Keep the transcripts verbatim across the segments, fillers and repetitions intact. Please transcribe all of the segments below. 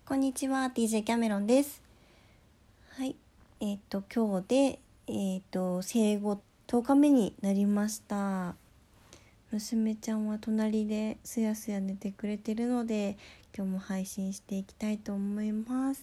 こんにちは、ディージェー キャメロンです。はい、えっ、ー、と今日でえっ、ー、と生後とおかめになりました。娘ちゃんは隣ですやすや寝てくれてるので、今日も配信していきたいと思います。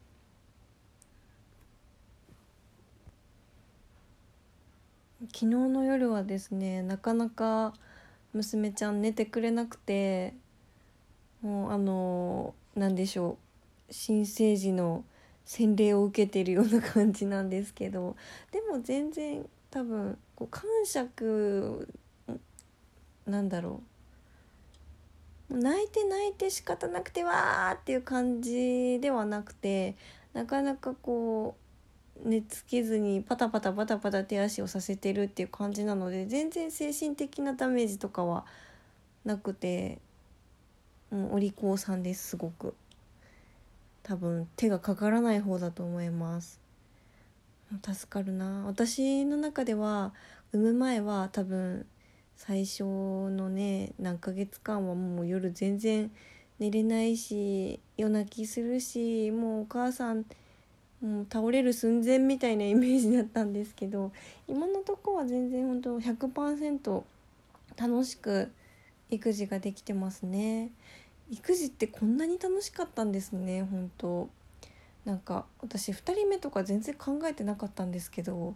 昨日の夜はですね、なかなか娘ちゃん寝てくれなくて、もうあのなんでしょう、新生児の洗礼を受けているような感じなんですけど、でも全然多分こう感触なんだろう、泣いて泣いて仕方なくてわーっていう感じではなくて、なかなかこう寝つけずにパタパタパタパタ手足をさせてるっていう感じなので、全然精神的なダメージとかはなくて、うん、お利口さんです。すごく多分手がかからない方だと思います。助かるな。私の中では産む前は多分最初のね何ヶ月間はもう夜全然寝れないし、夜泣きするし、もうお母さんもう倒れる寸前みたいなイメージだったんですけど、今のとこは全然本当 ひゃくパーセント 楽しく育児ができてますね。育児ってこんなに楽しかったんですね。本当なんか私ふたりめとか全然考えてなかったんですけど、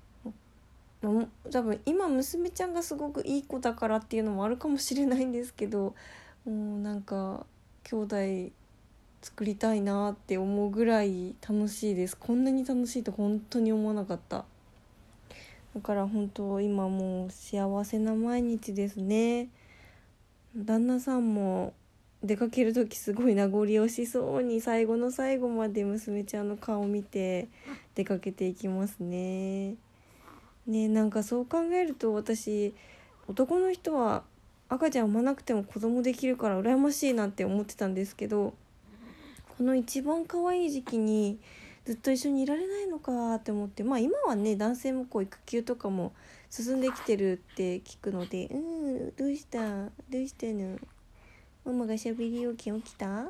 多分今娘ちゃんがすごくいい子だからっていうのもあるかもしれないんですけど、もうなんか兄弟作りたいなって思うぐらい楽しいです。こんなに楽しいと本当に思わなかった。だから本当今もう幸せな毎日ですね。旦那さんも出かける時すごい名残惜しそうに最後の最後まで娘ちゃんの顔を見て出かけていきますね。ね、なんかそう考えると、私男の人は赤ちゃん産まなくても子供できるから羨ましいなって思ってたんですけど、この一番可愛い時期にずっと一緒にいられないのかって思って、まあ今はね男性もこう育休とかも進んできてるって聞くので、うんどうしたどうしたの、ママがしゃべりおき起きた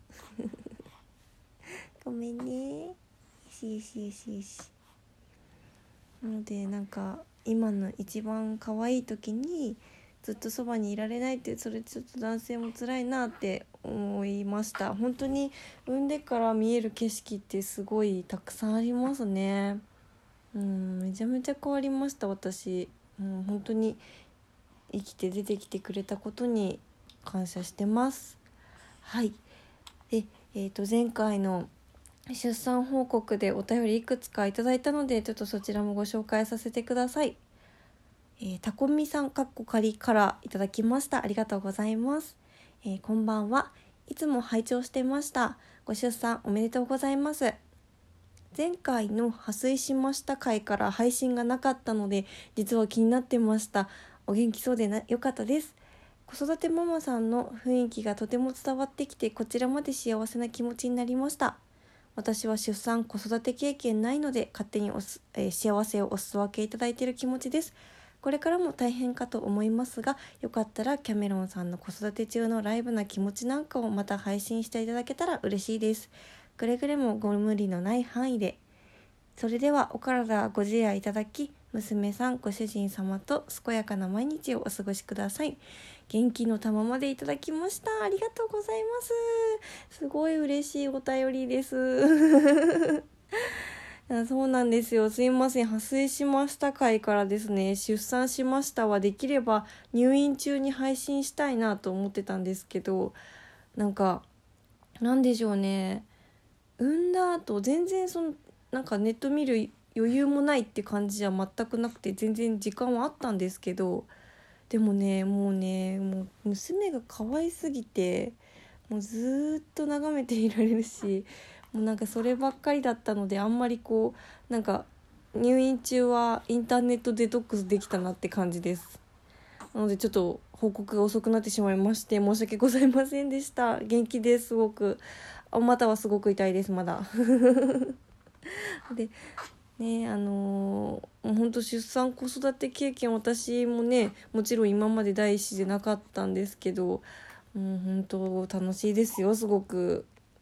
ごめんね、よしよしよしよし。なのでなんか今の一番可愛い時にずっとそばにいられないって、それちょっと男性も辛いなって思いました。本当に産んでから見える景色ってすごいたくさんありますね。うんめちゃめちゃ変わりました私。うん本当に生きて出てきてくれたことに感謝してます。はい。で、えーと前回の出産報告でお便りいくつかいただいたので、ちょっとそちらもご紹介させてください。えー、たこみさんかっこかりからいただきました。ありがとうございます。えー、こんばんは。いつも拝聴してました。ご出産おめでとうございます。前回の破水しました回から配信がなかったので、実は気になってました。お元気そうでなよかったです。子育てママさんの雰囲気がとても伝わってきて、こちらまで幸せな気持ちになりました。私は出産子育て経験ないので、勝手におす、えー、幸せをお裾分けいただいている気持ちです。これからも大変かと思いますが、よかったらキャメロンさんの子育て中のライブな気持ちなんかをまた配信していただけたら嬉しいです。くれぐれもご無理のない範囲で。それではお体ご自愛いただき、娘さんご主人様と健やかな毎日をお過ごしください。元気の玉までいただきました。ありがとうございます。すごい嬉しいお便りですそうなんですよ。すいません。破水しました回からですね、出産しましたはできれば入院中に配信したいなと思ってたんですけど、なんかなんでしょうね、産んだ後全然そのなんかネット見る余裕もないって感じじゃ全くなくて、全然時間はあったんですけど、でもねもうねもう娘が可愛すぎて、もうずっと眺めていられるし、もうなんかそればっかりだったので、あんまりこうなんか入院中はインターネットデトックスできたなって感じです。なのでちょっと報告が遅くなってしまいまして申し訳ございませんでした。元気です。すごくあまたはすごく痛いですまだでね、あのー、本当出産子育て経験私もねもちろん今まで第一子でなかったんですけど、もう本当楽しいですよ。すごく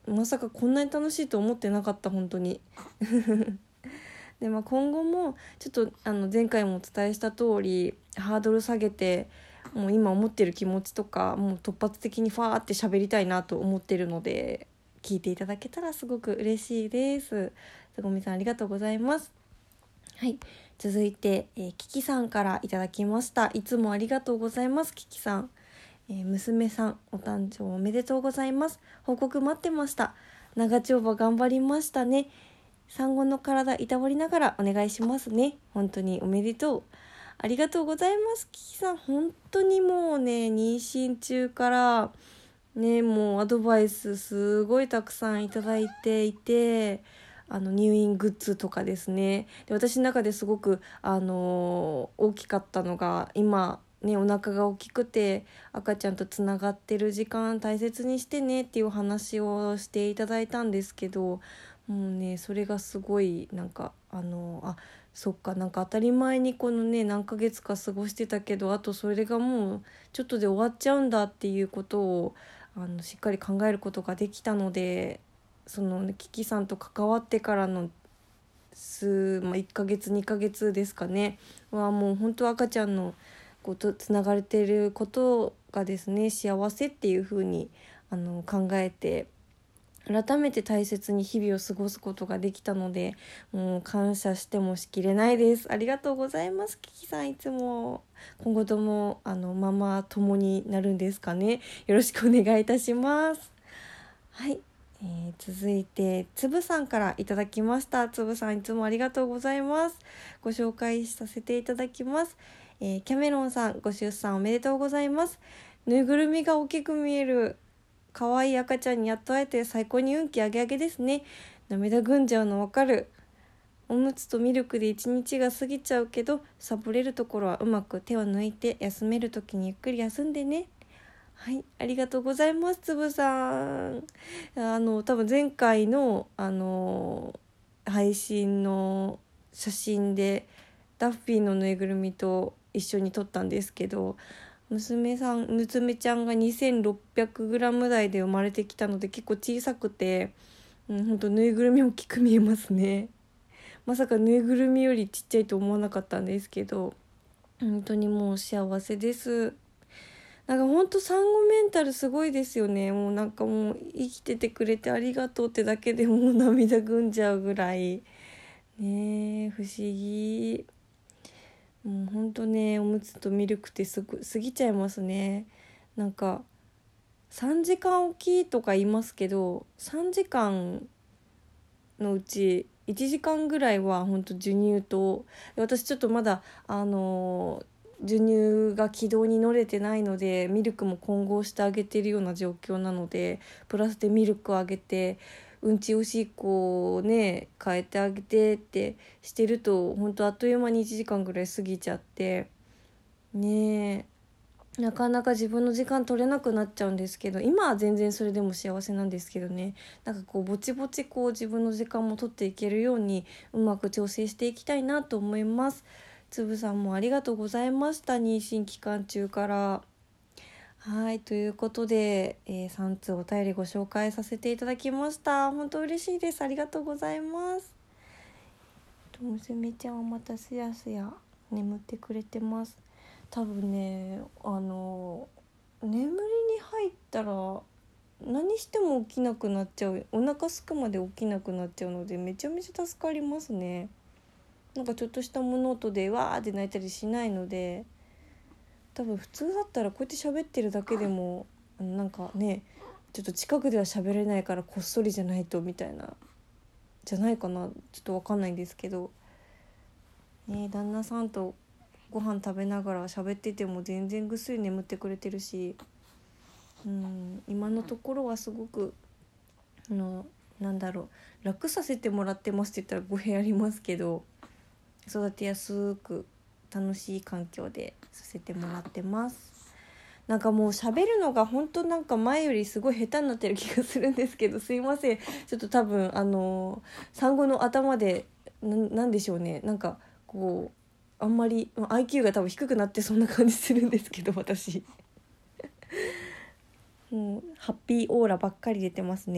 まさかこんなに楽しいと思ってなかった本当にで、まあ、今後もちょっとあの前回もお伝えした通りハードル下げて、もう今思ってる気持ちとかもう突発的にファーって喋りたいなと思ってるので、聞いていただけたらすごく嬉しいです。つごみさんありがとうございます。はい、続いて、えー、キキさんからいただきました。いつもありがとうございます。キキさん、えー、娘さんお誕生おめでとうございます。報告待ってました。長丁場頑張りましたね。産後の体いたわりながらお願いしますね。本当におめでとう。ありがとうございます。キキさん本当にもうね、妊娠中からね、もうアドバイスすごいたくさんいただいていて、あの入院グッズとかですね。で、私の中ですごくあのー、大きかったのが、今ね、お腹が大きくて赤ちゃんとつながってる時間大切にしてねっていう話をしていただいたんですけど、もうねそれがすごいなんかあのあそっか、なんか当たり前にこのね何ヶ月か過ごしてたけど、あとそれがもうちょっとで終わっちゃうんだっていうことをあのしっかり考えることができたので、その、ね、キキさんと関わってからの数、まあ、いっかげつにかげつですかねはもう本当赤ちゃんのこうとつながれてることがですね幸せっていう風にあの考えて、改めて大切に日々を過ごすことができたので、もう感謝してもしきれないです。ありがとうございます。キキさんいつも今後ともあのママ友になるんですかね。よろしくお願いいたします。はい、えー、続いてつぶさんからいただきました。つぶさんいつもありがとうございます。ご紹介させていただきます。えー、キャメロンさんご出産おめでとうございます。ぬいぐるみが大きく見える可愛い赤ちゃんにやっと会えて最高に運気上げ上げですね。涙ぐんじゃうのわかる。おむつとミルクで一日が過ぎちゃうけど、サボれるところはうまく手を抜いて、休めるときにゆっくり休んでね。はい、ありがとうございます。つぶさん、あの多分前回のあの配信の写真でダッフィーのぬいぐるみと一緒に撮ったんですけど、娘さん娘ちゃんが にせんろっぴゃくグラム 台で生まれてきたので結構小さくて、うん、ほんとぬいぐるみ大きく見えますね。まさかぬいぐるみよりちっちゃいと思わなかったんですけど、本当にもう幸せです。なんか本当産後メンタルすごいですよね。もうなんかもう生きててくれてありがとうってだけでもう涙ぐんじゃうぐらいねえ、不思議。もうほんとね、おむつとミルクってすぐ過ぎちゃいますね。なんかさんじかんおきとか言いますけど、さんじかんのうちいちじかんぐらいはほんと授乳と、私ちょっとまだあの授乳が軌道に乗れてないのでミルクも混合してあげてるような状況なので、プラスでミルクをあげてうんちおしっこをね変えてあげてってしてると、本当あっという間にいちじかんぐらい過ぎちゃってねえ、なかなか自分の時間取れなくなっちゃうんですけど、今は全然それでも幸せなんですけどね、なんかこうぼちぼちこう自分の時間も取っていけるようにうまく調整していきたいなと思います。つぶさんもありがとうございました。妊娠期間中からはい、ということで、えー、さん通お便りご紹介させていただきました。本当嬉しいです。ありがとうございます。娘ちゃんはまたすやすや眠ってくれてます。多分ね、あの眠りに入ったら何しても起きなくなっちゃう、お腹すくまで起きなくなっちゃうのでめちゃめちゃ助かりますね。なんかちょっとした物音でわーって泣いたりしないので、多分普通だったらこうやって喋ってるだけでもなんかねちょっと近くでは喋れないからこっそりじゃないとみたいなじゃないかな、ちょっと分かんないんですけどね、旦那さんとご飯食べながら喋ってても全然ぐっすり眠ってくれてるし、うん今のところはすごくあのなんだろう楽させてもらってますって言ったら語弊ありますけど、育てやすく楽しい環境でさせてもらってます。なんかもう喋るのが本当なんか前よりすごい下手になってる気がするんですけど、すいません、ちょっと多分あの産後の頭で な, なんでしょうね、なんかこうあんまり アイキュー が多分低くなってそんな感じするんですけど、私もうハッピーオーラばっかり出てますね。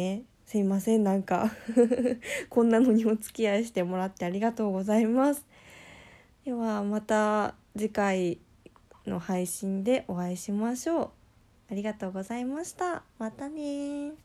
すいません、なんかこんなのにお付き合いしてもらってありがとうございます。ではまた次回の配信でお会いしましょう。ありがとうございました。またね。